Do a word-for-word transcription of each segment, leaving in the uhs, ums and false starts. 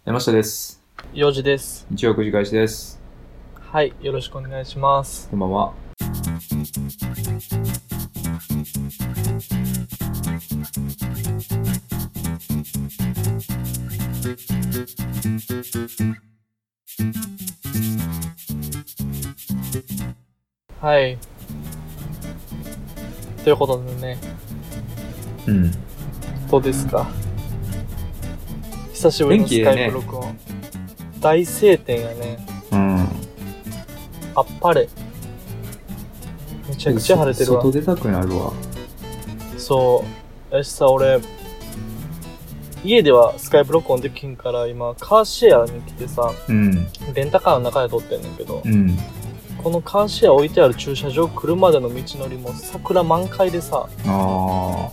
山下です。 よじです。 日曜くじ開始です。 はい、よろしくお願いします。 こんばんは。 はい。ということでね。 うん。 どうですか？久しぶりのスカイプ録音。ね、大晴天やね。 うん。 あっぱれ。めちゃくちゃ晴れてるわ。 外出たくなるわ。 そう。よしさ、俺、家ではスカイプ録音できんから、今、カーシェアに来てさ、 うん、 レンタカーの中で撮ってんねんけど、 うん、 このカーシェア置いてある駐車場来るまでの道のりも桜満開でさ、 あ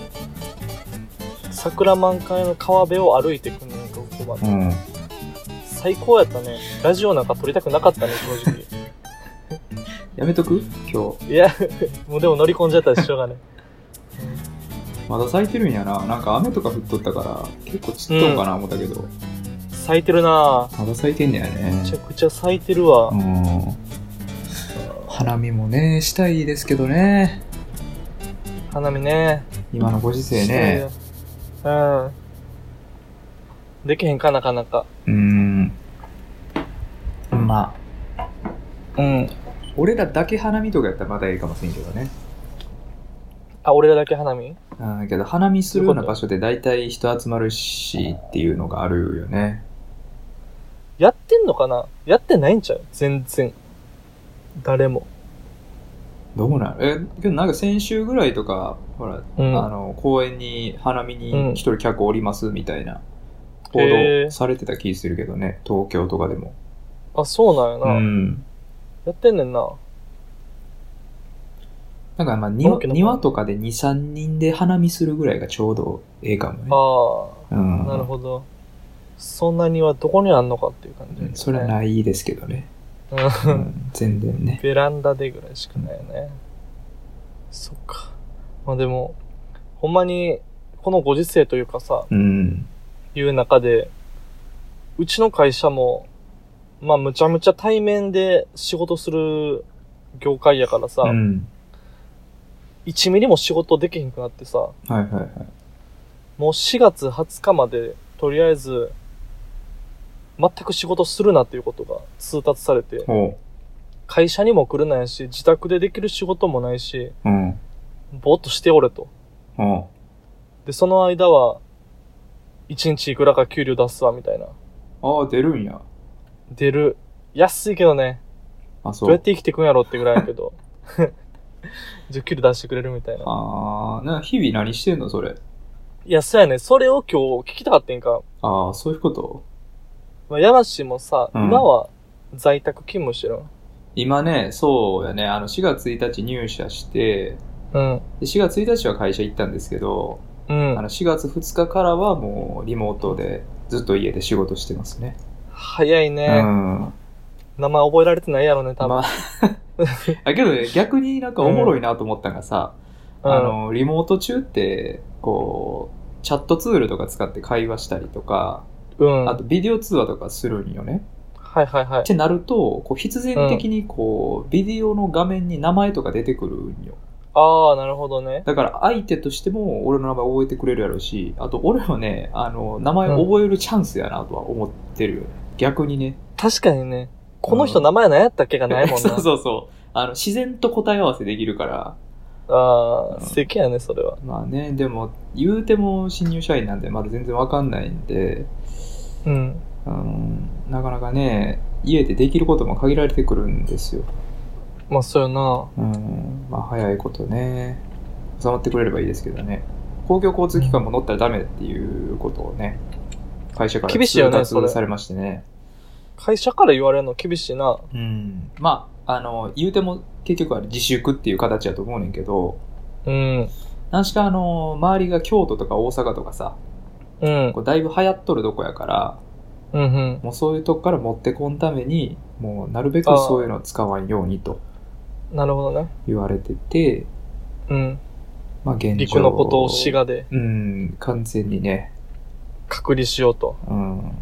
桜満開の川辺を歩いてくんねん、ここまで。うん、最高やったね。ラジオなんか撮りたくなかったね、正直。 やめとく今日。 いや、もうでも乗り込んじゃったらしょうがね。 まだ咲いてるんやな。なんか雨とか降っとったから結構散っとんかな思ったけど、うん、 咲いてるなぁ。 まだ咲いてんねやね。 めちゃくちゃ咲いてるわ。 うん。花見もねしたいですけどね。 花見ね。 今のご時世ね。 うん。できへんかなかなか。 うーん。まあ。 うん。 俺らだけ花見とかやったらまだいいかもしれんけどね。 あ、俺らだけ花見？ ああ、けど花見するような場所で大体人集まるしっていうのがあるよね。 やってんのかな？やってないんちゃう？全然。誰も。 どうなの？え、けどなんか先週ぐらいとか、ほら、うん、あの、公園に花見に一人客おりますみたいな報道されてた気するけどね、東京とかでも。 あ、そうなんやな。 うん。 やってんねんな。 なんかまあ庭、庭とかでに、さんにんで花見するぐらいがちょうどええかもね。ああ、うん、なるほど。そんな庭どこにあんのかっていう感じ、ね、 うん。それはないですけどね。うん、全然ね。 ベランダでぐらいしかないよね。うん、そっか。まあでも、ほんまに、このご時世というかさ、 うん、 いう中で、うちの会社も、まあむちゃむちゃ対面で仕事する業界やからさ、うん、いちミリも仕事できへんくなってさ、 はいはいはい。 もうしがつはつかまで、とりあえず、全く仕事するなっていうことが通達されて、会社にも来るなやし、自宅でできる仕事もないし、うん、ぼーっとしておれと。で、その間は、いちにちいくらか給料出すわ、みたいな。 ああ、出るんや。 出る。安いけどね。あ、そう。どうやって生きていくんやろってぐらいやけど。じゅっ給料出してくれるみたいな。 ああ、な、日々何してんのそれ。 いや、そうやね。それを今日聞きたかったんか。 ああ、そういうこと？ まあ、山氏もさ、うん、今は在宅勤務してるの？ 今ね、そうやね。あの、しがつついたち入社して、うん。でしがつついたちは会社行ったんですけど、うん。あの、しがつふつかからはもうリモートでずっと家で仕事してますね。 早いね。うん。名前覚えられてないやろね、多分。まあ、 だけどね、逆になんかおもろいなと思ったのがさ、うん、あの、リモート中って、こう、チャットツールとか使って会話したりとか、うん。あとビデオ通話とかするんよね。 はいはいはい。 ってなると、こう必然的にこう、うん、ビデオの画面に名前とか出てくるんよ。 ああ、なるほどね。 だから相手としても俺の名前覚えてくれるやろうし、あと俺はね、あの、名前覚えるチャンスやなとは思ってるよね。うん、逆にね。 確かにね。この人名前何やったっけがないもんな。 そうそうそう。あの、自然と答え合わせできるから。 ああ、うん、素敵やね、それは。 まあね、でも、言うても新入社員なんでまだ全然わかんないんで、うん。うん、なかなかね、家でできることも限られてくるんですよ。 まあそうよな。 うん、まあ早いことね、収まってくれればいいですけどね。公共交通機関も乗ったらダメっていうことをね、会社から通達されましてね。 会社から言われるの厳しいな。 うん。まあ、あの、言うても結局は自粛っていう形だと思うねんけど、うん。なんしかあの、周りが京都とか大阪とかさ、うん。こうだいぶ流行っとるとこやから、うんうん。もうそういうとこから持ってこんために、もうなるべくそういうのを使わんようにと。 なるほどね。 言われてて、うん。まあ現状。 陸のことを滋賀で。 うん、完全にね。 隔離しようと。 うん。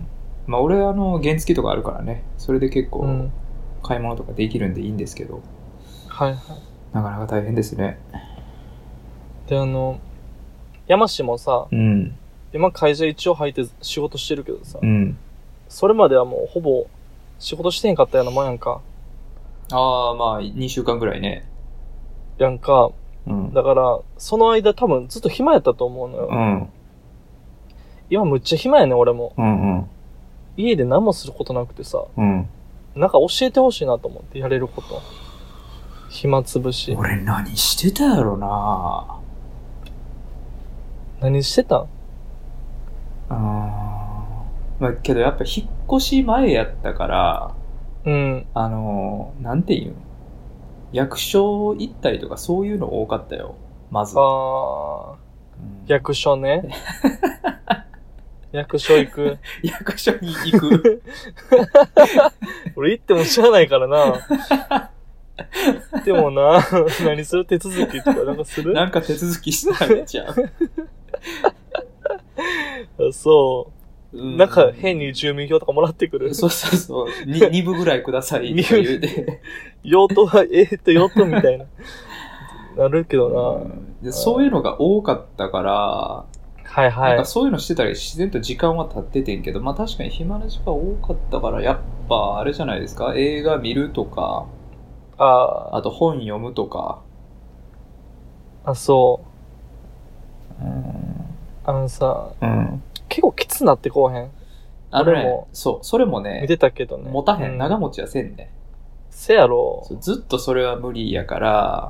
まあ俺はあの原付とかあるからね、それで結構買い物とかできるんでいいんですけど、うん、 はいはい。 なかなか大変ですね。 で、あの、山氏もさ、うん、今会社一応入って仕事してるけどさ、うん、それまではもうほぼ仕事してへんかったようなもんやんか。 ああ、まあにしゅうかんぐらいね。 やんか。うん、だから、その間多分ずっと暇やったと思うのよ。うん、今むっちゃ暇やねん、俺も。うんうん、家で何もすることなくてさ、うん、なんか教えてほしいなと思って、やれること。暇つぶし。 俺何してたやろな。 何してたん？ あー、まあけどやっぱ引っ越し前やったから、うん、あのー、なんていうん、役所行ったりとかそういうの多かったよ、まず。ああ、うん、役所ね。役所行く。 役所に行く。 俺行っても知らないからな。でもな、何する手続きとかなんかする？ なんか手続きしたらちゃう。 そう、うん。なんか変に住民票とかもらってくる。 そうそうそう。に, に部ぐらいくださいとか言うて。 用途は、えー、っと、用途みたいな。なるけどな、 うん、で。そういうのが多かったから、はいはい。なんかそういうのしてたら自然と時間は経っててんけど、まあ確かに暇な時間多かったから、やっぱあれじゃないですか、映画見るとか、ああと本読むとか。 あ、そう。うん、あのさ、うん、結構きつなってこうへん。 あのね、俺もそう、それもね、 見てたけどね。 持たへん、うん、長持ちはせんね。 せやろ。 そう、ずっとそれは無理やから、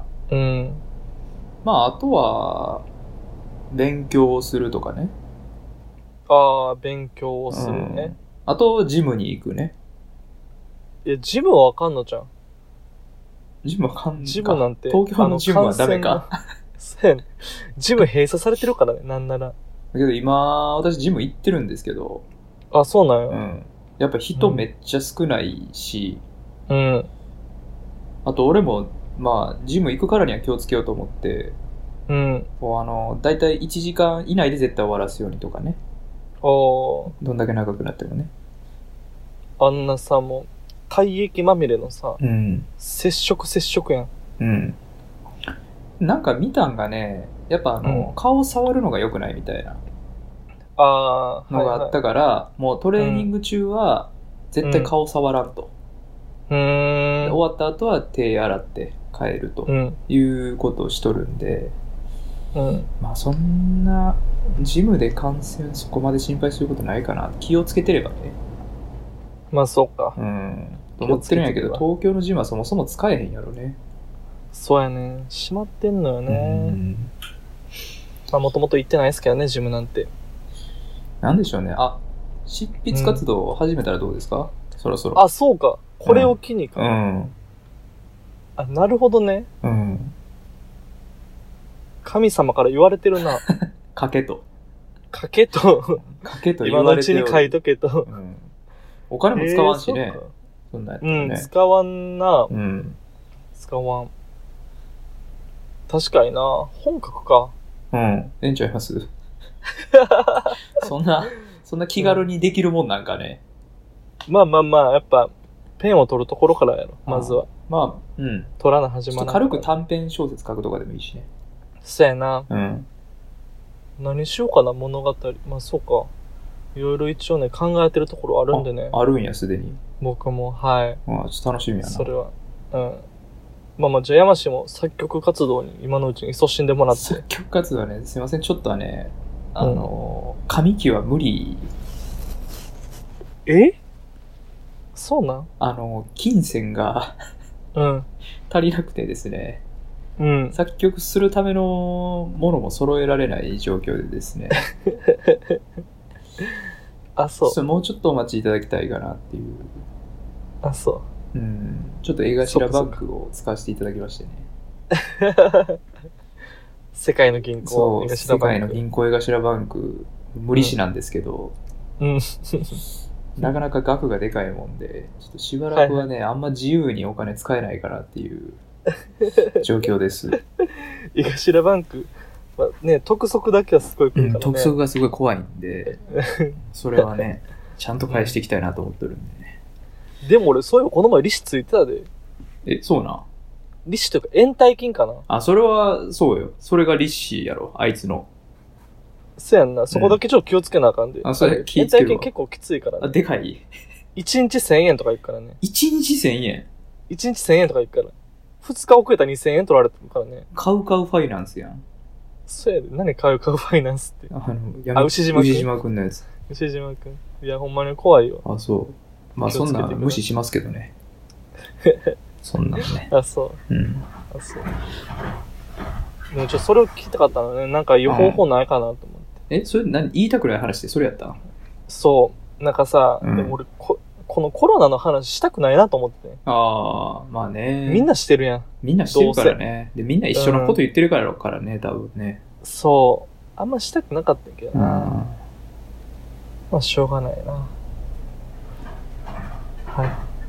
うん。まあ、あとは、勉強をするとかね。 ああ、勉強をするね、うん。 あと、ジムに行くね。 いや、ジムはわかんのじゃん。 ジムわかんのか。 ジムなんて。 東京のジムはダメか。 ジム閉鎖されてるからね、なんなら。だけど今、私ジム行ってるんですけど。 あ、そうなんよ。 うん。やっぱ人めっちゃ少ないし。うん。あと俺も、まあ、ジム行くからには気をつけようと思って。うん。こうあの、だいたいいちじかん以内で絶対終わらすようにとかね。おー。どんだけ長くなってもね。 あんなさ、もう、体液まみれのさ、うん。接触接触やん。うん。 なんか見たんがね、やっぱあの、うん、顔触るのが良くないみたいな。 あのがあったから、はいはい、もうトレーニング中は絶対顔触らんと。うん、で終わった後は手洗って帰るということをしとるんで、うん、まあそんなジムで感染そこまで心配することないかな。気をつけてればね。 まあそうか。 うん。と思ってるんやけど、東京のジムはそもそも使えへんやろね。 そうやね。閉まってんのよね。うん、まあもともと行ってないですけどね、ジムなんて。 なんでしょうね。あ、執筆活動を始めたらどうですか、うん、そろそろ。 あ、そうか。これを機にか。うん。あ、なるほどね。うん。神様から言われてるな。 書けと。 書けと。 書けと言われてる。 今のうちに書いとけと。うん、 お金も使わんしね。えー、そ, そんなやったらね。 うん、使わんな。うん。使わん。確かにな。本書くか。 うん。ええんちゃいますそんな、そんな気軽にできるもんなんかね。 うん、まあまあまあ、やっぱ、ペンを取るところからやろ、まずは。 まあ、うん。 取らな始まらない。 軽く短編小説書くとかでもいいしね。 そうやな。うん。何しようかな、物語。まあそうか。いろいろ一応ね、考えてるところあるんでね。 あ、あるんや、すでに。 僕も、はい。 ああ、ちょっと楽しみやな。 それは。うん。まあまあ、じゃあ山氏も作曲活動に今のうちに勤しんでもらって。 作曲活動はね、すいません、ちょっとはね、あの、うん、上期は無理。 え？そうなん？ あの、金銭がうん、足りなくてですね、うん、作曲するためのものも揃えられない状況でですね。 あ、そう。 それもうちょっとお待ちいただきたいかなっていう。 あ、そう。 うん。ちょっと映画頭バンクを使わせていただきましてね。 世界の銀行そう、世界の銀行映画頭バンク、無利子なんですけど、うん、なかなか額がでかいもんで、ちょっとしばらくはね、はい、あんま自由にお金使えないからっていう状況です。 映画頭バンク、まあ、ね、督促だけはすごい来るからね。うん、 督促がすごい怖いんで、それはね。 ちゃんと返していきたいなと思ってるんでね。 うん、でも俺、そういえばこの前利子ついてたで。 え、そうな。 利子というか、延滞金かな。 あ、それは、そうよ。それが利子やろ、あいつの。 そうやんな。そこだけちょっと気をつけなあかんで。 うん、あ、それ気をつけるわ。延滞金結構きついからね。 あ、でかい。 いちにちせんえんとかいくからね。 いちにちせんえん ?いちにちせんえんとかいくから。ふつか遅れたらにせんえん取られてるからね。 カウカウファイナンスやん。 そうやで。何カウカウファイナンスって。 あの、 あ、牛島くん。 牛島くんのやつ。 牛島くん。いや、ほんまに怖いよ。 あ、そう。まあ、そんな無視しますけどね。そんなのね。 あ、そう。 うん。 あ、そう。でもちょっとそれを聞きたかったのね。なんか予報法ないかなと思って。 え、それ何言いたくない話ってそれやった？ そう。なんかさ、 うん、 でも俺こ、このコロナの話したくないなと思ってね。 ああ、まあね。 みんなしてるやん。 みんなしてるからね。で、みんな一緒のこと言ってるからからね、うん、多分ね。 そう。あんましたくなかったけどな。 うん、 まあ、しょうがないな。はい。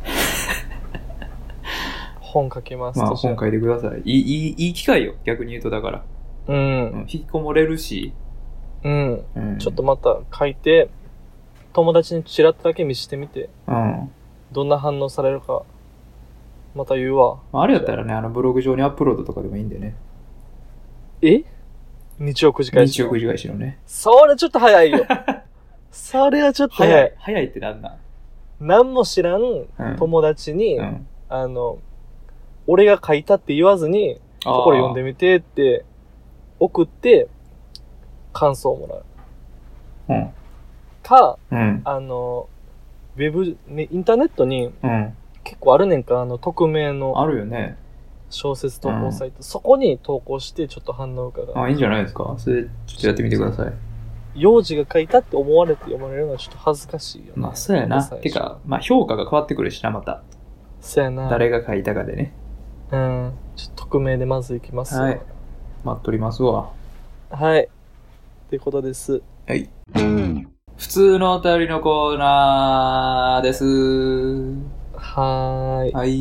本書きます。 まあ、本書いてください。いい、いい、いい機会よ。逆に言うと、だから。 うん。うん、 引きこもれるし。 うん。うん、ちょっとまた書いて、友達にちらっとだけ見せてみて。 うん。 どんな反応されるか、また言うわ。 あれやったらね、あのブログ上にアップロードとかでもいいんでね。 え？日曜くじ返し。 日曜くじ返しのね。 それちょっと早いよ。それはちょっと早い。早い。 早いってなんだ？ 何も知らん友達に、うんうん、あの、俺が書いたって言わずに、これ読んでみてって送って、感想をもらう。うん。か、うん、あの、ウェブ、ね、インターネットに、うん、結構あるねんか、あの、匿名の。 あるよね。 小説投稿サイト、うん。そこに投稿して、ちょっと反応を伺う。 あ、いいんじゃないですか。それ、ちょっとやってみてください。 幼児が書いたって思われて読まれるのはちょっと恥ずかしいよね。 まあ、そうやな。てか、まあ、評価が変わってくるしな、また。 そうやな。 誰が書いたかでね。 うん。ちょっと匿名でまずいきますはい。待っとりますわ。 はい。ってことです。 はい。普通のお便りのコーナーです。 はーい。 はい。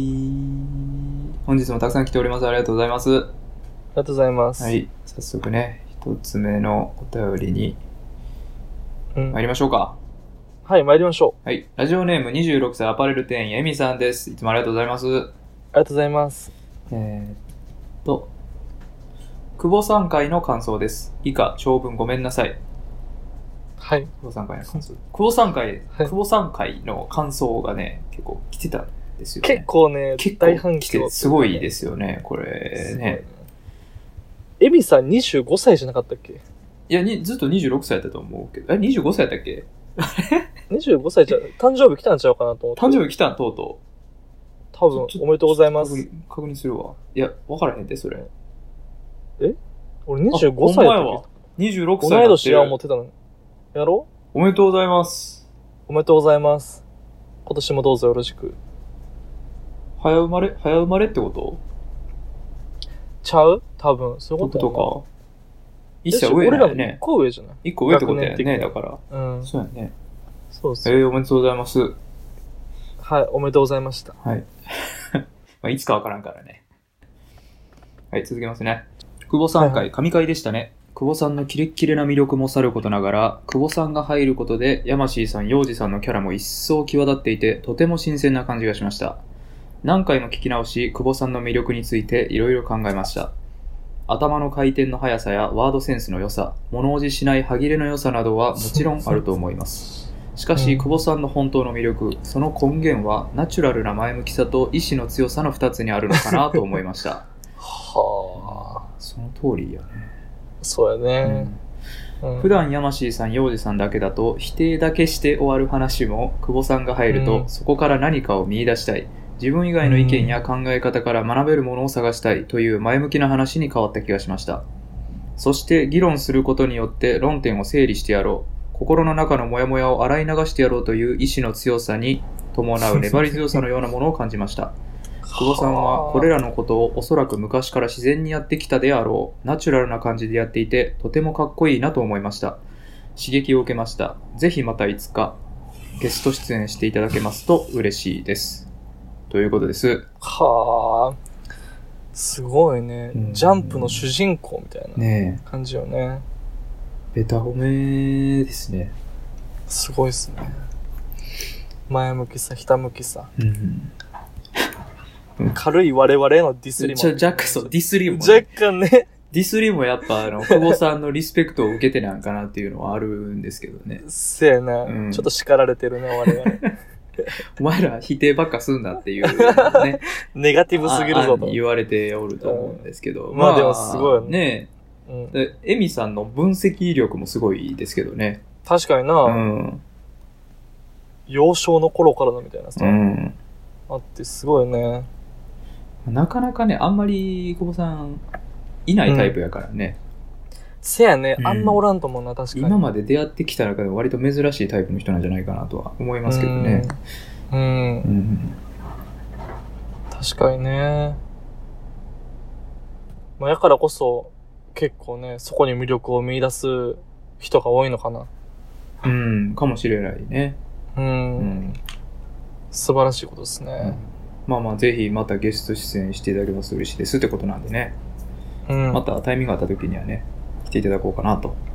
本日もたくさん来ております。ありがとうございます。ありがとうございます。 はい。早速ね、一つ目のお便りに参りましょうか。 うん、はい、参りましょう。はい。ラジオネームにじゅうろくさいアパレル店員エミさんです。いつもありがとうございます。ありがとうございます。 えーっと、久保さん回の感想です。以下、長文ごめんなさい。 はい。 久保さん回の感想。久保さん回、はい、久保さん回の感想がね、結構来てたんですよね。 結構ね、 結構大反響、ね。 すごいですよね、これね。 エミさんにじゅうごさいじゃなかったっけ？ いやに、ずっとにじゅうろくさいだと思うけど。え、にじゅうごさいだっけ？ にじゅうごさいじゃ、誕生日来たんちゃうかなと思って。 誕生日来たん、とうとう。多分、おめでとうございます。 確認、確認するわ。いや、わからへんで、それ。 え？俺にじゅうごさいだっけ？ にじゅうろくさいだっけ？ 同い年や思ってたの。やろう？おめでとうございます。 おめでとうございます。今年もどうぞよろしく。 早生まれ早生まれってこと？ ちゃう？多分、そういうこととか。一歳上やね。 俺らも一個上じゃない？ 一個上ってことやね、だから。 うん。 そうやね。 そうそう。 えー、おめでとうございます。 はい、おめでとうございました。 はい。まあ、いつかわからんからね。はい、続けますね。久保さん回、神回でしたね。はいはい、久保さんのキレッキレな魅力もさることながら、久保さんが入ることで、ヤマシーさん、ヨウジさんのキャラも一層際立っていて、とても新鮮な感じがしました。何回も聞き直し、久保さんの魅力についていろいろ考えました。頭の回転の速さやワードセンスの良さ、物おじしない歯切れの良さなどはもちろんあると思います。しかし、久保さんの本当の魅力、その根源はナチュラルな前向きさと意志の強さの二つにあるのかなと思いました。 はあ、 その通りやね。 そうやね。 うんうん、普段ヤマシーさん、ヨウジさんだけだと否定だけして終わる話も、久保さんが入ると、うん、そこから何かを見出したい。自分以外の意見や考え方から学べるものを探したいという前向きな話に変わった気がしました。そして議論することによって論点を整理してやろう。心の中のモヤモヤを洗い流してやろうという意志の強さに伴う粘り強さのようなものを感じました。久保さんはこれらのことをおそらく昔から自然にやってきたであろう。ナチュラルな感じでやっていてとてもかっこいいなと思いました。刺激を受けました。ぜひまたいつかゲスト出演していただけますと嬉しいです。ということです。 はあ、すごいね。ジャンプの主人公みたいな感じよね。 ベタ褒めですね。 すごいですね。 前向きさ、ひたむきさ。 うん、 軽い我々へのディスりも。 ちょ、若干そう、ディスりも、 ね。若干ね。 ディスりもやっぱ、あの、久保さんのリスペクトを受けてなんかなっていうのはあるんですけどね。 せやな、うん。ちょっと叱られてるね、我々。 お前ら否定ばっかすんなっていう、ね。 ネガティブすぎるぞと。 言われておると思うんですけど。 うん、まあでもすごいよね。ねえ、うん、エミさんの分析力もすごいですけどね。 確かにな。うん。幼少の頃からのみたいなさ。うん。あってすごいね。 なかなかね、あんまり久保さんいないタイプやからね。 うん、せやね、あんまおらんと思うな、確かに。 今まで出会ってきた中で割と珍しいタイプの人なんじゃないかなとは思いますけどね。 うん。うんうん、確かにね。まあ、やからこそ、結構ね、そこに魅力を見出す人が多いのかな。 うん、かもしれないね。 うん。うん、素晴らしいことですね。うんまあまあ、ぜひまたゲスト出演していただけますと嬉しいですってことなんでね。うん。またタイミングがあった時にはね、来ていただこうかなと。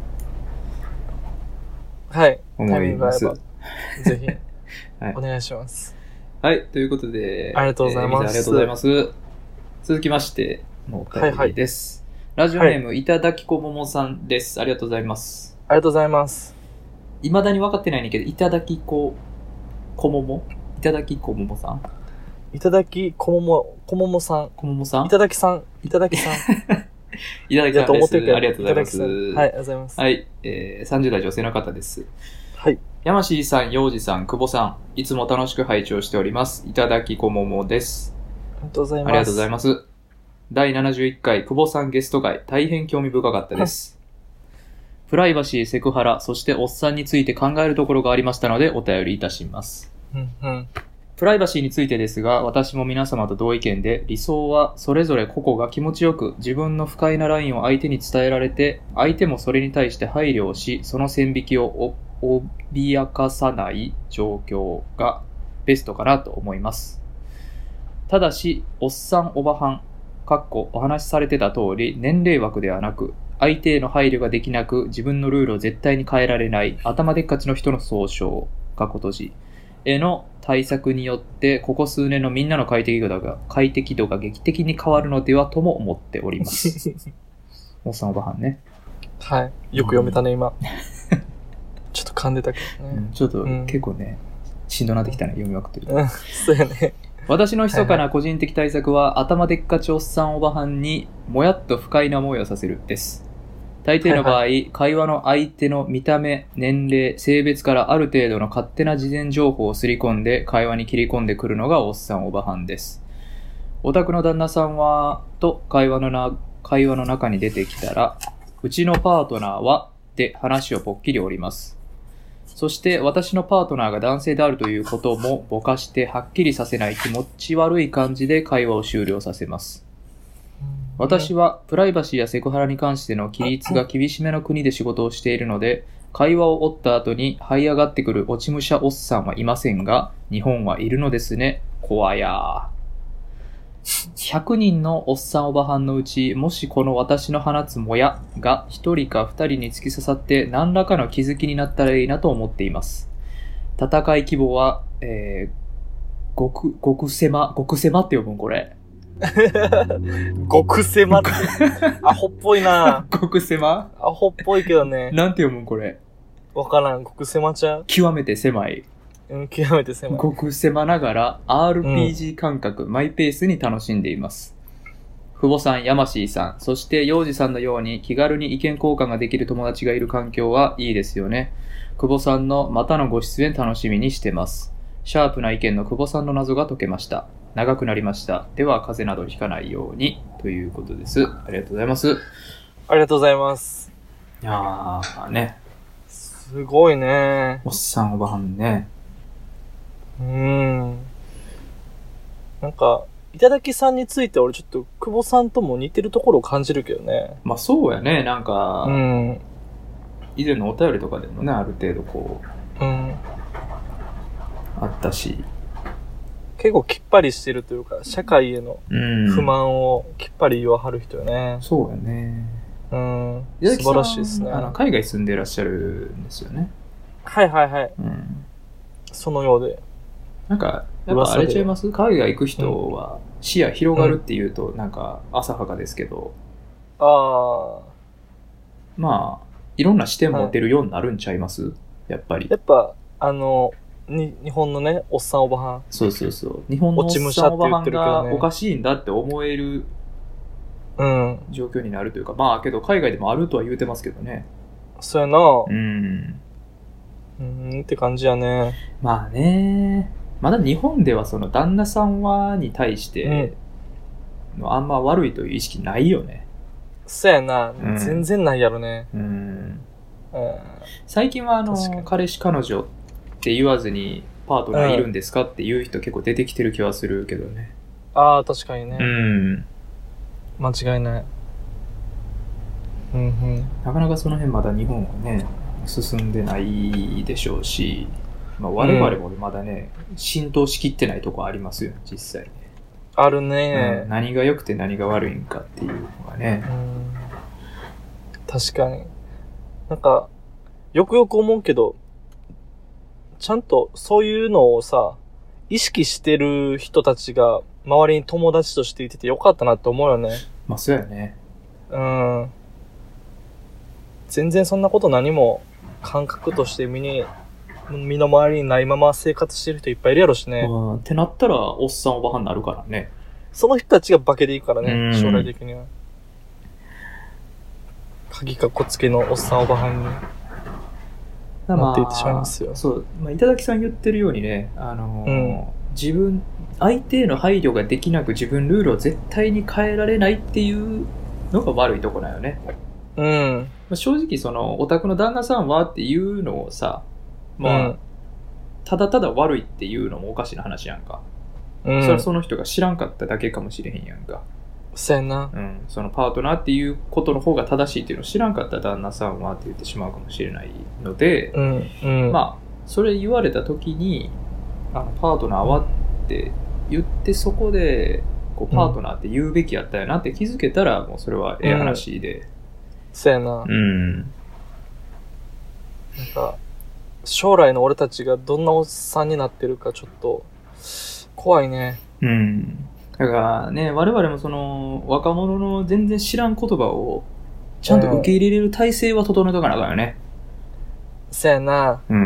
はい。 思います。 ぜひ、はい、お願いします。 はい。ということで、 ありがとうございます。 えー、ありがとうございます。続きましてのお便りです。はいはい、ラジオネーム、はい、いただきこももさんです。ありがとうございます。 ありがとうございます。 未だに分かってないねんけど、いただきこ、こももいただきこももさんいただき、こもも、こももさん。 こももさんいただきさん。いただきさん。 いただきさんです。ありがとうございます。はい、 ありがとうございます。 はい、えー、さんじゅう代女性の方です。 はい。 山椎さん、洋二さん、久保さん、いつも楽しく拝聴しております。いただきこももです。 ありがとうございます。 ありがとうございます。だいななじゅういっかい、久保さんゲスト会、大変興味深かったです。プライバシー、セクハラ、そしておっさんについて考えるところがありましたので、お便りいたします。 うんうん。 プライバシーについてですが、私も皆様と同意見で、理想はそれぞれ個々が気持ちよく自分の不快なラインを相手に伝えられて、相手もそれに対して配慮をし、その線引きを脅かさない状況がベストかなと思います。ただし、おっさんおばはん、かっこお話しされてた通り、年齢枠ではなく、相手への配慮ができなく、自分のルールを絶対に変えられない、頭でっかちの人の総称、かっこ閉じ。への対策によってここ数年のみんなの快適度が快適度が劇的に変わるのではとも思っておりますおっさんおばはんね。 はい、よく読めたね、うん、今ちょっと噛んでたけどね、 うん、ちょっと、うん、結構ねしんどなってきたね、読みまくってる、 うん、そうやね。 私の密かな個人的対策は、はいはい、頭でっかちおっさんおばはんにもやっと不快な思いをさせるです。大抵の場合、はいはい、会話の相手の見た目、年齢、性別からある程度の勝手な事前情報をすり込んで会話に切り込んでくるのがおっさんおばはんです。お宅の旦那さんは、と会話のな、会話の中に出てきたら、うちのパートナーは、で話をぽっきり折ります。そして私のパートナーが男性であるということもぼかしてはっきりさせない気持ち悪い感じで会話を終了させます。私はプライバシーやセクハラに関しての規律が厳しめの国で仕事をしているので、会話を折った後に這い上がってくる落ち武者おっさんはいませんが、日本はいるのですね。怖やー。ひゃくにんのおっさんおばはんのうち、もしこの私の放つもやがひとりかふたりに突き刺さって何らかの気づきになったらいいなと思っています。戦い規模は、えー、極、極狭、極狭って呼ぶんこれ。 極狭って。アホっぽいな。 極狭？ アホっぽいけどね。 なんて読むんこれ。 わからん。極狭ちゃう？ 極めて狭い。 うん、極めて狭い。 極狭ながら アールピージー 感覚、うん、マイペースに楽しんでいます。久保さん、山椎さん、そして洋二さんのように気軽に意見交換ができる友達がいる環境はいいですよね。久保さんのまたのご出演楽しみにしてます。シャープな意見の久保さんの謎が解けました。長くなりました。では、風邪などひかないように、ということです。ありがとうございます。 ありがとうございます。 いやー、ね。 すごいね。 おっさんおばはんね。 うーん。なんか、いただきさんについて俺ちょっと、久保さんとも似てるところを感じるけどね。 まあそうやね。なんか、 うん。 以前のお便りとかでもね、ある程度こう、うん。 あったし。 結構きっぱりしてるというか、社会への不満をきっぱり言わはる人よね。 うん、そうやね。 うん。素晴らしいですね。 あの海外住んでいらっしゃるんですよね。 はいはいはい。 うん、 そのようで。 なんか、やっぱあれちゃいます？海外行く人は視野広がるっていうと、なんか浅はかですけど、 うん、ああ。 まあ、いろんな視点持てるようになるんちゃいます？はい、やっぱり。 やっぱ、あの、に日本のね、おっさんおばはん。 そうそうそう。日本のおっさんおばはんがおかしいんだって思える状況になるというか、うん、まあけど海外でもあるとは言うてますけどね。 そうやな。 うん。 うーんって感じやね。 まあね。まだ日本ではその旦那さんはに対して、うん、あんま悪いという意識ないよね。 そうやな。うん、全然ないやろね。 うん。うん、最近はあの、彼氏彼女って言わずにパートナーいるんですかっていう人結構出てきてる気はするけどね。 ああ、確かにね。 うん。 間違いない。うんうん。 なかなかその辺まだ日本はね、進んでないでしょうし、まあ、我々もまだね、うん、浸透しきってないとこありますよね、実際ね。 あるね、 うん、何が良くて何が悪いんかっていうのがね。 うん、確かに。なんか、よくよく思うけど、ちゃんとそういうのをさ、意識してる人たちが周りに友達としていててよかったなって思うよね。 まあそうやね。 うん。全然そんなこと何も感覚として身に、身の回りにないまま生活してる人いっぱいいるやろしね。 うん。ってなったらおっさんおばはんになるからね。 その人たちが化けでいいからね、将来的には。鍵かっこつけのおっさんおばはんに。なっていってしまいますよ。 そう、まあ、板垣さん言ってるようにね、あのーうん、自分、相手への配慮ができなく自分ルールを絶対に変えられないっていうのが悪いとこだよね。 うん。 まあ、正直その、お宅の旦那さんはっていうのをさ、まあ、うん、ただただ悪いっていうのもおかしな話やんか。うん。それはその人が知らんかっただけかもしれへんやんか。 そうやな。 うん。そのパートナーっていうことの方が正しいっていうのを知らんかったら旦那さんはって言ってしまうかもしれないので、 うんうん、 まあ、それ言われた時に、あの、パートナーはって言って、そこで、こう、パートナーって言うべきやったよなって気づけたら、もうそれはええ話で。 そうやな。 うん。 なんか、将来の俺たちがどんなおっさんになってるかちょっと、怖いね。 うん。だからね、我々もその、若者の全然知らん言葉を、ちゃんと受け入れれる体制は整えとかなあかんよね。 そうやな。 うん。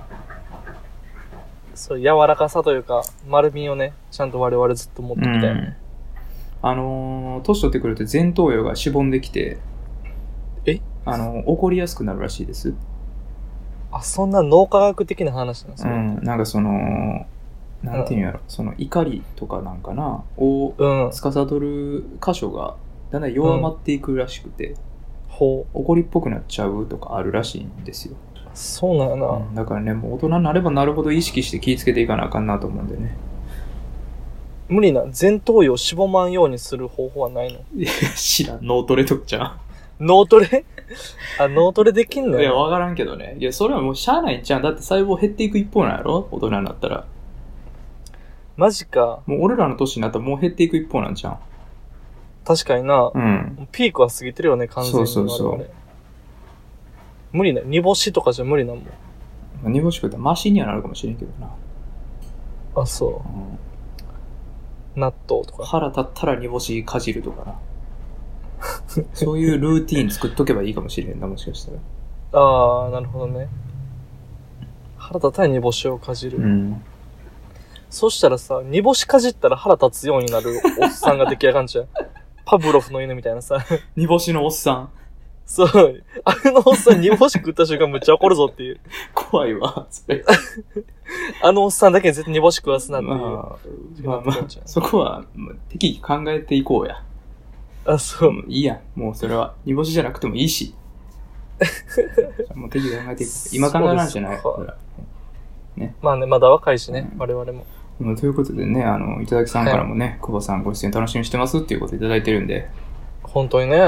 そう、柔らかさというか、丸みをね、ちゃんと我々ずっと持ってきたよね。 うん、あのー、年取ってくると前頭葉がしぼんできて、 えあのー、怒りやすくなるらしいです。 あ、そんな脳科学的な話なんですか？ うん、なんかその、なんていうんやろ、うん、その怒りとかなんかな、を司る箇所がだんだん弱まっていくらしくて、うん、 ほう。 怒りっぽくなっちゃうとかあるらしいんですよ。 そうなんやな、 うん。だからね、もう大人になればなるほど意識して気をつけていかなあかんなと思うんでね。 無理な、前頭葉をしぼまんようにする方法はないの？ いや、知らん。脳トレとかじゃん。 脳トレあ、脳トレできんの？ いや、わからんけどね。いや、それはもうしゃあないんちゃう。だって細胞減っていく一方なんやろ？大人になったら。 マジか。 もう俺らの年になったらもう減っていく一方なんちゃう。 確かにな。 うん。 ピークは過ぎてるよね、完全に。 そうそうそう。 無理な。煮干しとかじゃ無理なもん。 煮干し食ったらマシにはなるかもしれんけどな。 あ、そう。うん、納豆とか。 腹立ったら煮干しかじるとかな。そういうルーティーン作っとけばいいかもしれんな、もしかしたら。 ああ、なるほどね。腹立ったら煮干しをかじる。 うん。 そしたらさ、煮干しかじったら腹立つようになるおっさんが出来上がんじゃん。パブロフの犬みたいなさ。 煮干しのおっさん。 そう。あのおっさん煮干し食った瞬間むっちゃ怒るぞっていう。 怖いわ、それ。 あのおっさんだけに絶対煮干し食わすなっていう。まあ、 まあまあ、そこは、適宜考えていこうや。 あ、そう。 いいや。もうそれは、煮干しじゃなくてもいいし。もう適宜考えていこう。今考えなんじゃないね。まあね、まだ若いしね、うん、我々も。 ということでね、あの、板垣さんからもね、はい、久保さんご出演楽しみにしてますっていうことをいただいてるんで。 本当にね。 うん。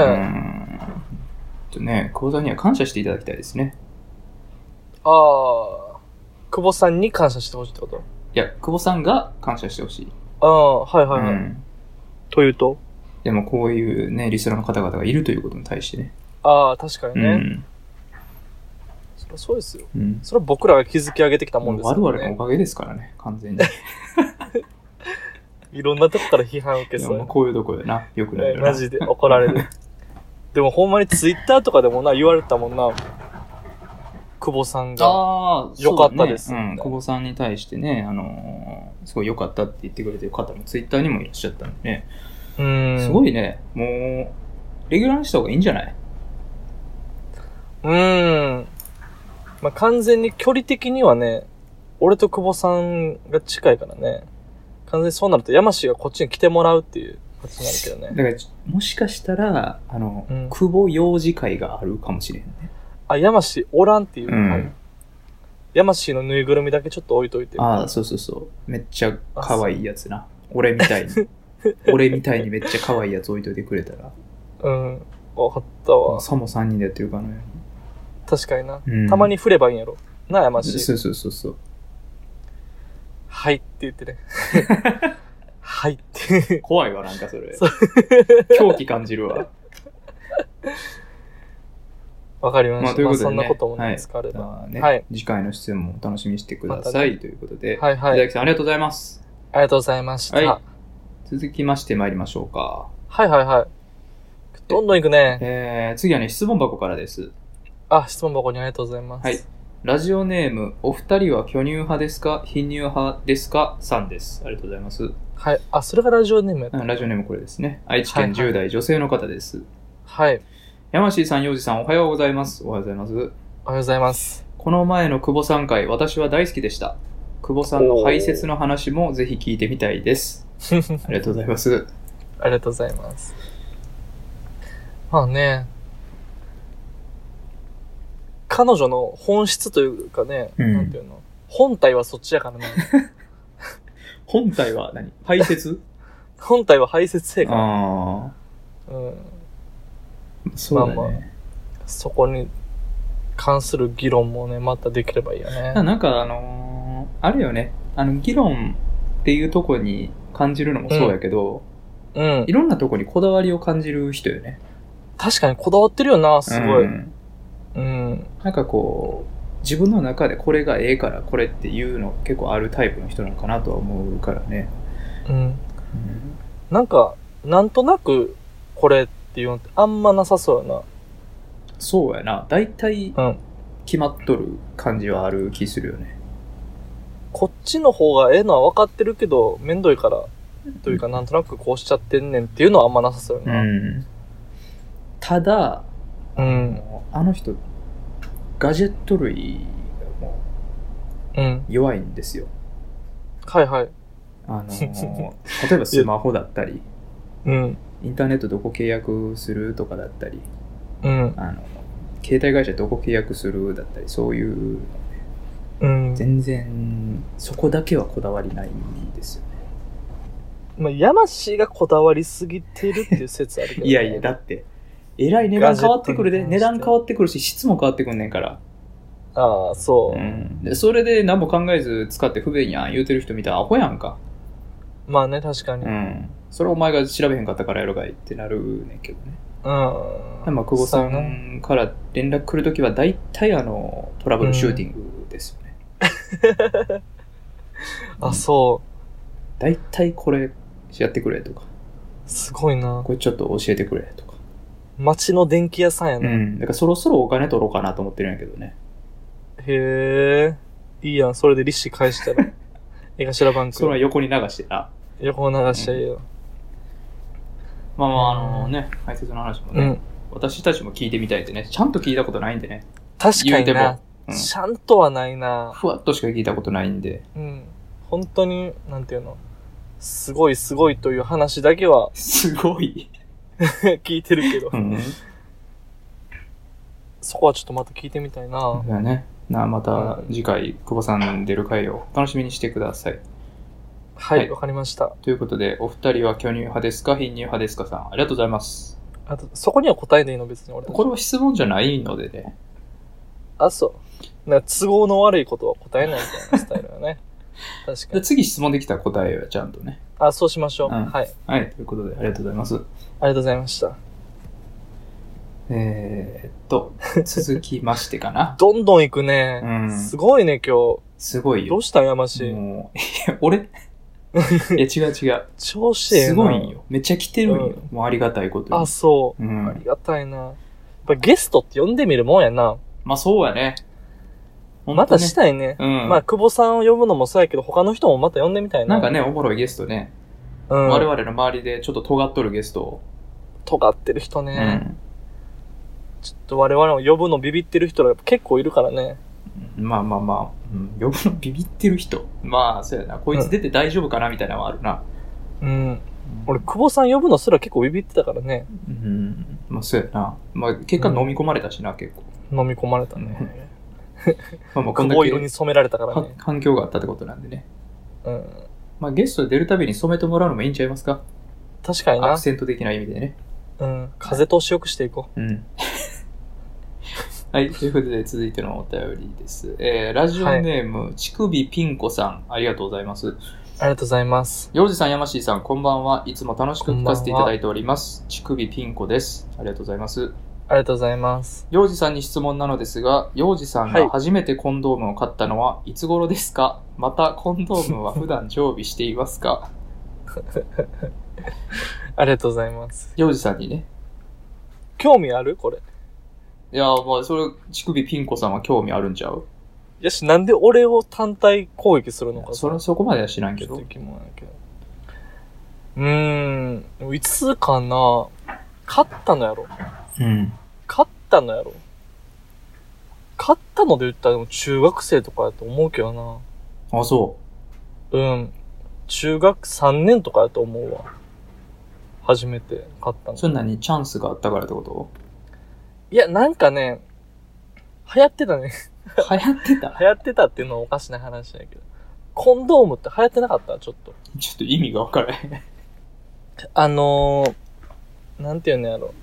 とね、久保さんには感謝していただきたいですね。 ああ、久保さんに感謝してほしいってこと？ いや、久保さんが感謝してほしい。 ああ、はいはいはい。うん、というと？ でもこういうね、リスナーの方々がいるということに対してね。 ああ、確かにね。うん、 そりゃそうですよ。 うん。 それは僕らが築き上げてきたもんですからね。 我々のおかげですからね、完全に。 いろんなとこから批判を受けそう。 こういうとこやな。よくないよな。 マジで怒られる。でもほんまにツイッターとかでもな、言われたもんな。久保さんが。ああ、良かったです、 ね。うん。久保さんに対してね、あのー、すごい良かったって言ってくれてる方もツイッターにもいらっしゃったんでね。うん。すごいね。もう、レギュラーにした方がいいんじゃない？ うーん。まあ、完全に距離的にはね、俺と久保さんが近いからね。完全にそうなると山氏がこっちに来てもらうっていう形になるけどね。 だからもしかしたらあの、うん、久保幼児会があるかもしれんね。 あ、山氏おらんっていう、うん、山氏のぬいぐるみだけちょっと置いといて。 ああ、そうそうそう。めっちゃ可愛いやつな。俺みたいに俺みたいにめっちゃ可愛いやつ置いといてくれたら。 うん、分かったわ。 さもさんにんでやってるかのように。 確かにな、うん、たまに振ればいいんやろな、山氏。 そうそうそうそう。 はいって言ってね。はいって。 怖いわ、なんかそれ。狂気感じるわ。 わかりました。まあ、ということで、ね、まあ、そんなこともね、疲れた。 まあね、はい。次回の出演も楽しみにしてください、まね、ということで。 はいはい。 伊崎さん、ありがとうございます。 ありがとうございました。はい。 続きまして参りましょうか。 はいはいはい。どんどんいくね。 えー、次はね、質問箱からです。 あ、質問箱にありがとうございます。 はい。ラジオネーム、お二人は巨乳派ですか貧乳派ですかさんです。ありがとうございます。 はい。あ、それがラジオネームやった、 うん、ラジオネームこれですね。愛知県じゅう代女性の方です。 はい。 山椎さん、洋二さん、おはようございます。おはようございます。おはようございます。 この前の久保さん会、私は大好きでした。久保さんの排泄の話もぜひ聞いてみたいです。ありがとうございます。 ありがとうございます。まあね、彼女の本質というかね、うん、なんていうの、本体はそっちやからね。 本体は何？排泄？ 本体は排泄性かな。 ああ。うん。そうだね。まあまあ、 そこに関する議論もね、またできればいいよね。 なんかあのー、あるよね。あの、議論っていうとこに感じるのもそうやけど、うん。うん、いろんなとこにこだわりを感じる人よね。 確かにこだわってるよな、すごい。うんうん、なんかこう自分の中でこれがええからこれっていうの結構あるタイプの人なのかなとは思うからね、うんうん、 なんかなんとなくこれっていうのってあんまなさそうやな。 そうやな、だいたい決まっとる感じはある気するよね、 うん、こっちの方がええのは分かってるけどめんどいからというかなんとなくこうしちゃってんねんっていうのはあんまなさそうやな、うん、 ただうん、あの人ガジェット類がもう弱いんですよ、 うん、はいはい。 あの例えばスマホだったり、うん、インターネットどこ契約するとかだったり、うん、あの携帯会社どこ契約するだったりそういうのね、うん、全然そこだけはこだわりないんですよね。 まあ山氏がこだわりすぎてるっていう説あるけど、ね、 いやいやだってえらい値段変わってくるで、値段変わってくるし、質も変わってくんねんから。 ああ、そう、 うん。で、それで何も考えず使って不便やん言うてる人見たらアホやんか。 まあね、確かに。 うん。それお前が調べへんかったからやろがいってなるねんけどね。うん。まあ、久保さんから連絡来るときは大体あの、トラブルシューティングですよね。 うん、あ、そう。 大体これやってくれとか。 すごいな。 これちょっと教えてくれとか。 街の電気屋さんやな。 うん。だからそろそろお金取ろうかなと思ってるんやけどね。 へえ。いいやん。それで利子返したら。江頭バンク。 それは横に流してな。 横に流しちゃえよ。うん、 まあまあ、あのね、解説の話もね、うん、私たちも聞いてみたいってね、ちゃんと聞いたことないんでね。 確かにな。うん、ちゃんとはないな。 ふわっとしか聞いたことないんで。 うん。本当に、なんていうの。すごいすごいという話だけは。 すごい聞いてるけど、うん、そこはちょっとまた聞いてみたいな。 だね。なまた次回、うん、久保さん出る回を楽しみにしてください。 はい、わ、はい、かりました。 ということで、お二人は巨乳派ですか貧乳派ですかさん、ありがとうございます。 あと、そこには答えでいいの別に俺。 これは質問じゃないのでね。 あ、そう。なんか都合の悪いことは答えないみたいなスタイルだね。確かに。 次質問できたら答えよ、ちゃんとね。 あ、そうしましょう、 うん。 はい。 はい、ということで、ありがとうございます。ありがとうございました。 えー、っと、続きましてかな。 どんどん行くね。 うん。 すごいね、今日。 すごいよ。 どうしたんやまし。 もう、いや、俺いや、違う違う。 調子ええな。 すごいんよ。めっちゃ来てるんよ。 うん、 もうありがたいことに。 あ、そう、うん。ありがたいな。やっぱゲストって呼んでみるもんやな。 まあそうやね。 ねまたしたいね。うん。まあ、久保さんを呼ぶのもそうやけど、他の人もまた呼んでみたいな。 なんかね、おもろいゲストね。うん。我々の周りでちょっと尖っとるゲストを。 尖ってる人ね。うん。ちょっと我々も呼ぶのビビってる人が結構いるからね。 まあまあまあ、うん、呼ぶのビビってる人。まあ、そうやな。こいつ出て大丈夫かなみたいなのはあるな。 うん。うん、俺、久保さん呼ぶのすら結構ビビってたからね。 うん。まあ、そうやな。まあ、結果飲み込まれたしな、うん、結構。 飲み込まれたね。まあまあ、こんだけ。久保色に染められたからね。 環境があったってことなんでね。 うん。 まあ、ゲストで出るたびに染めてもらうのもいいんちゃいますか？ 確かにな。 アクセント的な意味でね。 うん。風通しよくしていこう。うん。はい。ということで、続いてのお便りです。えー、ラジオネーム、はい、ちくびピンコさん。ありがとうございます。 ありがとうございます。 ようじさん、やましーさん、こんばんは。いつも楽しく聞かせていただいております。ちくびピンコです。ありがとうございます。 ありがとうございます。 ようじさんに質問なのですが、ようじさんが初めてコンドームを買ったのはいつ頃ですか？はい、また、コンドームは普段常備していますか？ ありがとうございます。 ようじさんにね。 興味あるこれ。 いや、まあ、それ、ちくびピンコさんは興味あるんちゃう？ いやし、なんで俺を単体攻撃するのか。 それ、そこまでは知らんけど。うーん、いつかな？買ったのやろ。 うん。 買ったのやろ。買ったので言ったらでも中学生とかやと思うけどな。 あ、そう。うん。中学さんねんとかやと思うわ。初めて買ったの。 そんなにチャンスがあったからってこと？ いや、なんかね、流行ってたね。 流行ってた流行ってたっていうのはおかしな話だけど。コンドームって流行ってなかったちょっと。 ちょっと意味がわからへん。 あのー、なんていうのやろ。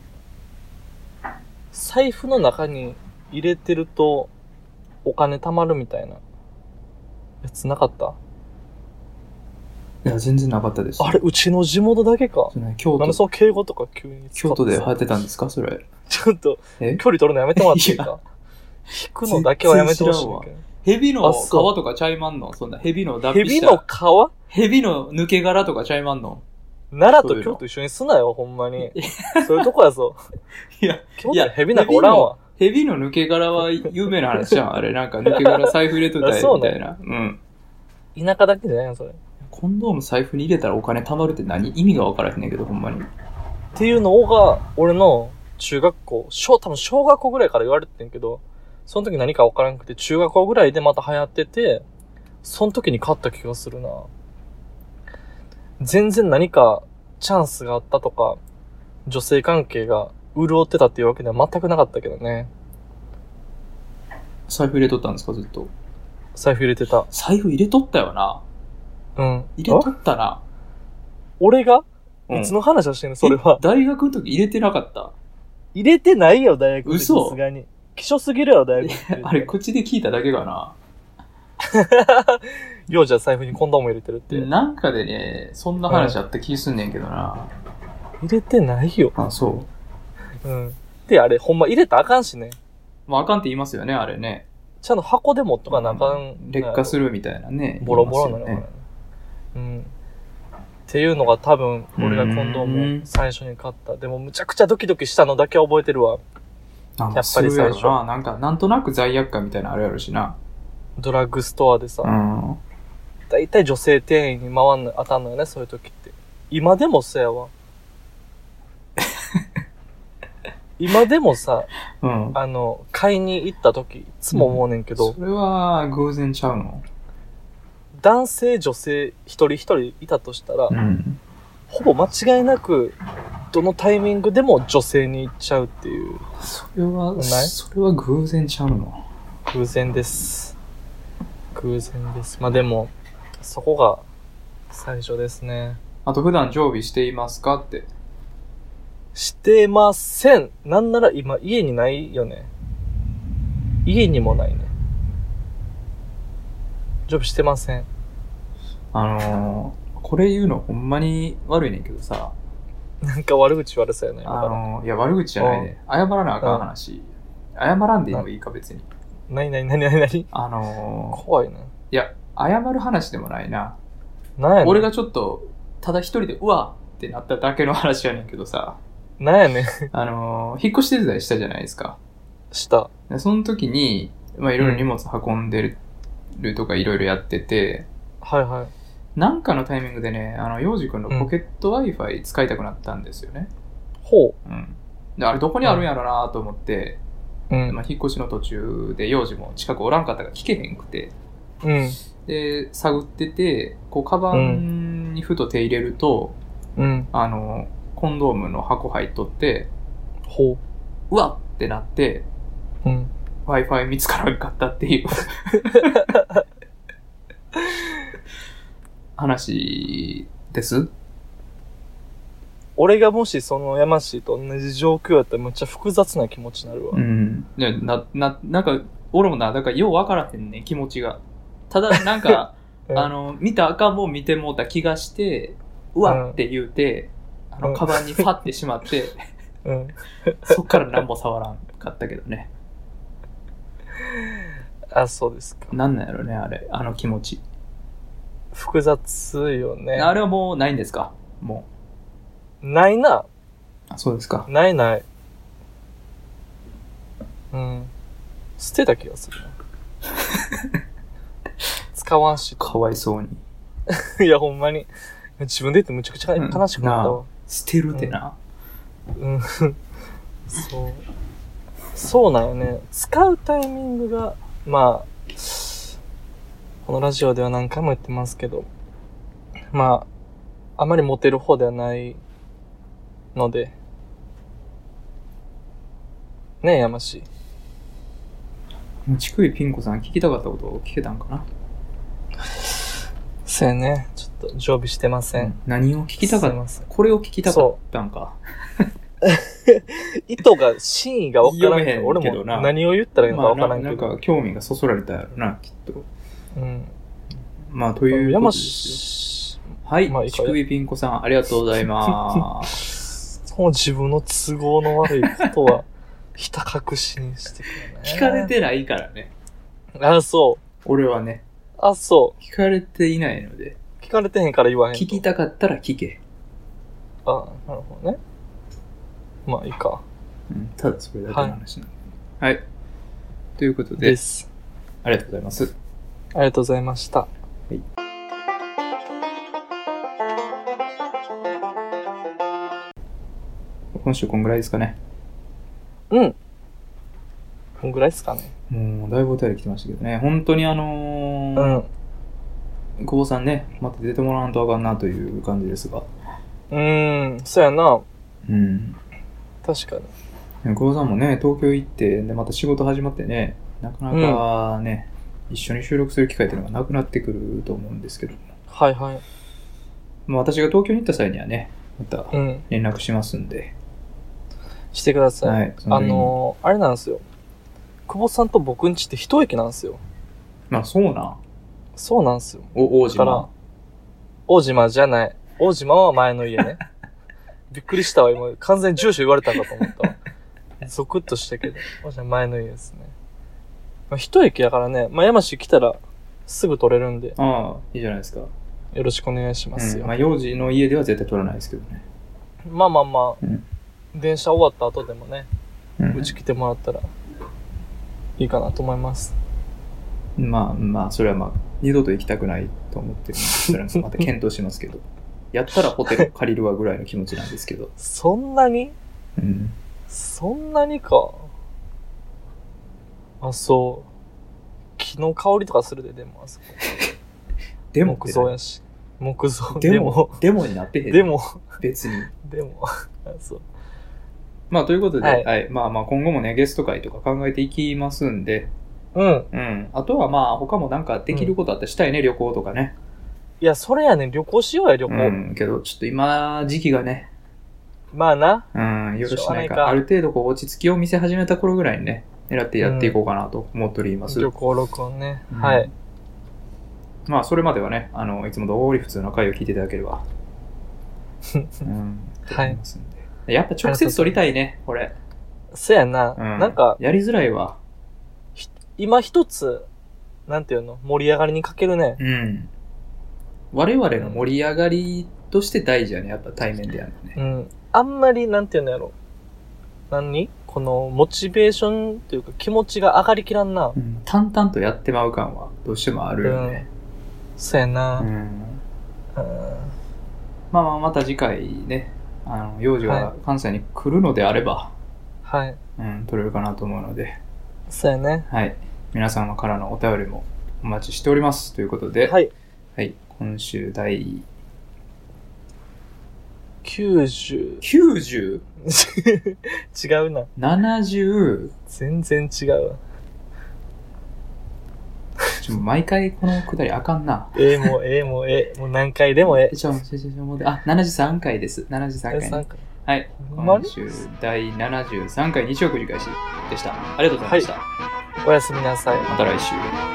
財布の中に入れてるとお金貯まるみたいなやつなかった？ いや、全然なかったです。 あれ、うちの地元だけか。 京都。 なんでその敬語とか急に使って京都で流行ってたんですかそれ。 ちょっと、距離取るのやめてもらっていいか？引くのだけはやめてほしいんだけど。 蛇の皮とかちゃいまんの？そんな蛇の脱皮した。 蛇の皮？ 蛇の抜け殻とかちゃいまんの？ 奈良と京都一緒にすなよ、ほんまに。そういうとこやぞ。 いや、 京都蛇なんかおらんわ。 蛇の抜け殻は有名な話じゃん。あれ、なんか抜け殻財布入れとったやみたいな。うね、 うん。田舎だけじゃないの、それ。 コンドーム財布に入れたらお金貯まるって何？意味がわからへんねんけど、ほんまに。 っていうのが、俺の中学校、小、多分小学校ぐらいから言われてんけど、その時何かわからんくて、中学校ぐらいでまた流行ってて、その時に買った気がするな。全然何かチャンスがあったとか、女性関係が潤ってたっていうわけでは全くなかったけどね。 財布入れとったんですか、ずっと。 財布入れてた。 財布入れとったよな。 うん。 入れとったな。 俺が、うん、いつの話をしてんのそれは。 大学の時入れてなかった？ 入れてないよ、大学の時。 嘘？ さすがに。希少すぎるよ、大学。 あれ、口で聞いただけかな。 ようじゃ財布にコンドーム入れてるって。 なんかでね、そんな話あった気すんねんけどな。 うん、入れてないよ。 あ、そう。 うん。で、あれ、ほんま入れたらあかんしね。 まあ、あかんって言いますよね、あれね。 ちゃんと箱で持っとかなあかん、 うん。劣化するみたいなね。 ボロボロなのね。うん。っていうのが多分、俺がコンドームを最初に買った。でも、むちゃくちゃドキドキしたのだけは覚えてるわ。 やっぱり最初。な, なんか、なんとなく罪悪感みたいなのあるやろしな。 ドラッグストアでさ。 うん。 だいたい女性店員に回んの、当たんのよね、そういう時って。今でもそうやわ。今でもさ、 うん、 あの、買いに行った時、いつも思うねんけど。 うん、それは偶然ちゃうの？ 男性、女性、一人一人いたとしたら、 うん、 ほぼ間違いなく、どのタイミングでも女性に行っちゃうっていう。 それは、ない？それは偶然ちゃうの？ 偶然です。偶然です。まあでも、そこが最初ですね。 あと普段常備していますかって。 してません。なんなら今家にないよね。家にもないね。常備してません。 あのー、これ言うのほんまに悪いねんけどさ。 なんか悪口悪そうやね。 あの、いや悪口じゃないね。謝らなあかん話。謝らんでいいのいいか別に。 なになになになになにあのー、 怖いね。 いや、謝る話でもないな。 なんやねん。 俺がちょっと、ただ一人で、うわってなっただけの話やねんけどさ。 なんやねん。 あのー、引っ越し手伝いしたじゃないですか。 した。 でその時に、まあいろいろ荷物運んでるとかいろいろやってて、 はいはい。 なんかのタイミングでね、あの、ヨウジ君のポケット Wi-Fi 使いたくなったんですよね。 ほう。 うん。で、あれどこにあるんやろなと思って、 うん。 まあ、引っ越しの途中でヨウジも近くおらんかったから聞けへんくて、 うん。 で、探ってて、こう、カバンにふと手入れると、 うん。 あの、コンドームの箱入っとって、 ほう。 うわってなって、 うん。 Wi-Fi 見つからんかったっていう話です。 俺がもしその山氏と同じ状況やったらめっちゃ複雑な気持ちになるわ。 うん。な、な、なんか、俺もな、だからようわからへんね、気持ちが。ただ、なんか、あの、見た赤も見てもうた気がして、うわって言うて、うん、あの、カバンにファってしまって、うん、そっから何も触らんかったけどね。 あ、そうですか。 なんなんやろね、あれ、あの気持ち。 複雑よね。 あれはもうないんですか？もう。ないな。 あ、そうですか。 ないない。うん。捨てた気がするな。使わんし。 かわいそうに。 いや、ほんまに。自分で言ってむちゃくちゃ悲しくなったわ。うん、 捨てるってな。 うん。うん、そう。そうなんよね。使うタイミングが、まあ、このラジオでは何回も言ってますけど、まあ、あまりモテる方ではないので、ねえ、山氏。 ちくいピン子さん聞きたかったことを聞けたんかな？ そうやね。ちょっと常備してません。うん、 何を聞きたかった？これを聞きたかったんか。 意図が、真意が分からんけど、俺も何を言ったらいいのか分からんけど。 まあ、なんか興味がそそられたやろな、きっと。うん。まあ、ということですよ。はい、まあ、ちくいピン子さん、ありがとうございます。 もう自分の都合の悪いことは、ひた確信してくるね。 聞かれてないからね。 あ、そう。 俺はね。 あ、そう。 聞かれていないので。 聞かれてへんから言わへん。 聞きたかったら聞け。 あ、なるほどね。まあいいか。 うん、ただそれだけの話なんで、はい。はい。ということで。 です。 ありがとうございます。 ありがとうございました。はい。 今週こんぐらいですかね。 うん。こんぐらいですかね。 もうだいぶお便り来てましたけどね。本当にあのー、うん。久保さんね、また出てもらわんとあかんなという感じですが。 うーん、そうやな。 うん。確かに。 久保さんもね、東京行って、で、また仕事始まってね、なかなかね、うん、一緒に収録する機会っていうのがなくなってくると思うんですけども。 はいはい。 まあ私が東京に行った際にはね、また連絡しますんで。 うん、してください。はい、あのー、あれなんですよ。久保さんと僕ん家って一駅なんですよ。 まあそうな。 そうなんですよ。 お、大島。 だから、大島じゃない。大島は前の家ね。びっくりしたわ、今。完全に住所言われたんかと思ったわ。ゾクッとしたけど。大島前の家ですね。まあ、一駅やからね。まあ、山氏来たらすぐ取れるんで。 ああ、いいじゃないですか。 よろしくお願いしますよ。 うん、まあ、幼児の家では絶対取らないですけどね。 まあまあまあ、うん、電車終わった後でもね、うち、 ん、 来てもらったらいいかなと思います。 まあまあ、それはまあ、二度と行きたくないと思ってるんで、それはまた検討しますけど。やったらホテル借りるわぐらいの気持ちなんですけど。 そんなに？ うん。 そんなにか。あ、そう。木の香りとかするで、でもあそこ。 でも木造やし。木造。 でも、でもになってへん。 でも。 別に。 でも。あ、そう。 まあ、ということで、はい、はい。まあまあ、今後もね、ゲスト会とか考えていきますんで。 うん。 うん。あとはまあ、他もなんかできることあったらしたいね、うん、旅行とかね。 いや、それやねん、旅行しようや、旅行。 うん、けど、ちょっと今、時期がね。 まあな。 うん、よろしくないか。かある程度、こう、落ち着きを見せ始めた頃ぐらいにね、狙ってやっていこうかなと思っております。 うん、旅行録音ね、うん。はい。 まあ、それまではね、あの、いつも通り普通の回を聞いていただければ。 うん。 はい。 やっぱ直接撮りたいね、これ。 そうやな。うん、なんか。 やりづらいわ。 今一つ、なんていうの盛り上がりに欠けるね。 うん。我々の盛り上がりとして大事やね、やっぱ対面でやるのね。 うん。あんまり、なんていうのやろ。何この、モチベーションっていうか気持ちが上がりきらんな。 うん、淡々とやってまう感はどうしてもあるよね。 うん、そうやな。うん。うん、 まあまあ、また次回ね、あの、幼児が関西に来るのであれば、 はい。 うん、取れるかなと思うので。 そうやね。 はい。皆様からのお便りもお待ちしております。ということで、 はい。 はい。今週第きゅうじゅう。 きゅうじゅう? 違うな。 ななじゅう? 全然違うわ。 ちょ毎回このくだりあかんな。 ええもうええもうええもう何回でもええ。 ちょちょちょもうあななじゅうさんかいです。ななじゅうさんかい、ね。はい。今週第ななじゅうさんかい日曜繰り返しでした。ありがとうございました。 はい、おやすみなさい。 また来週。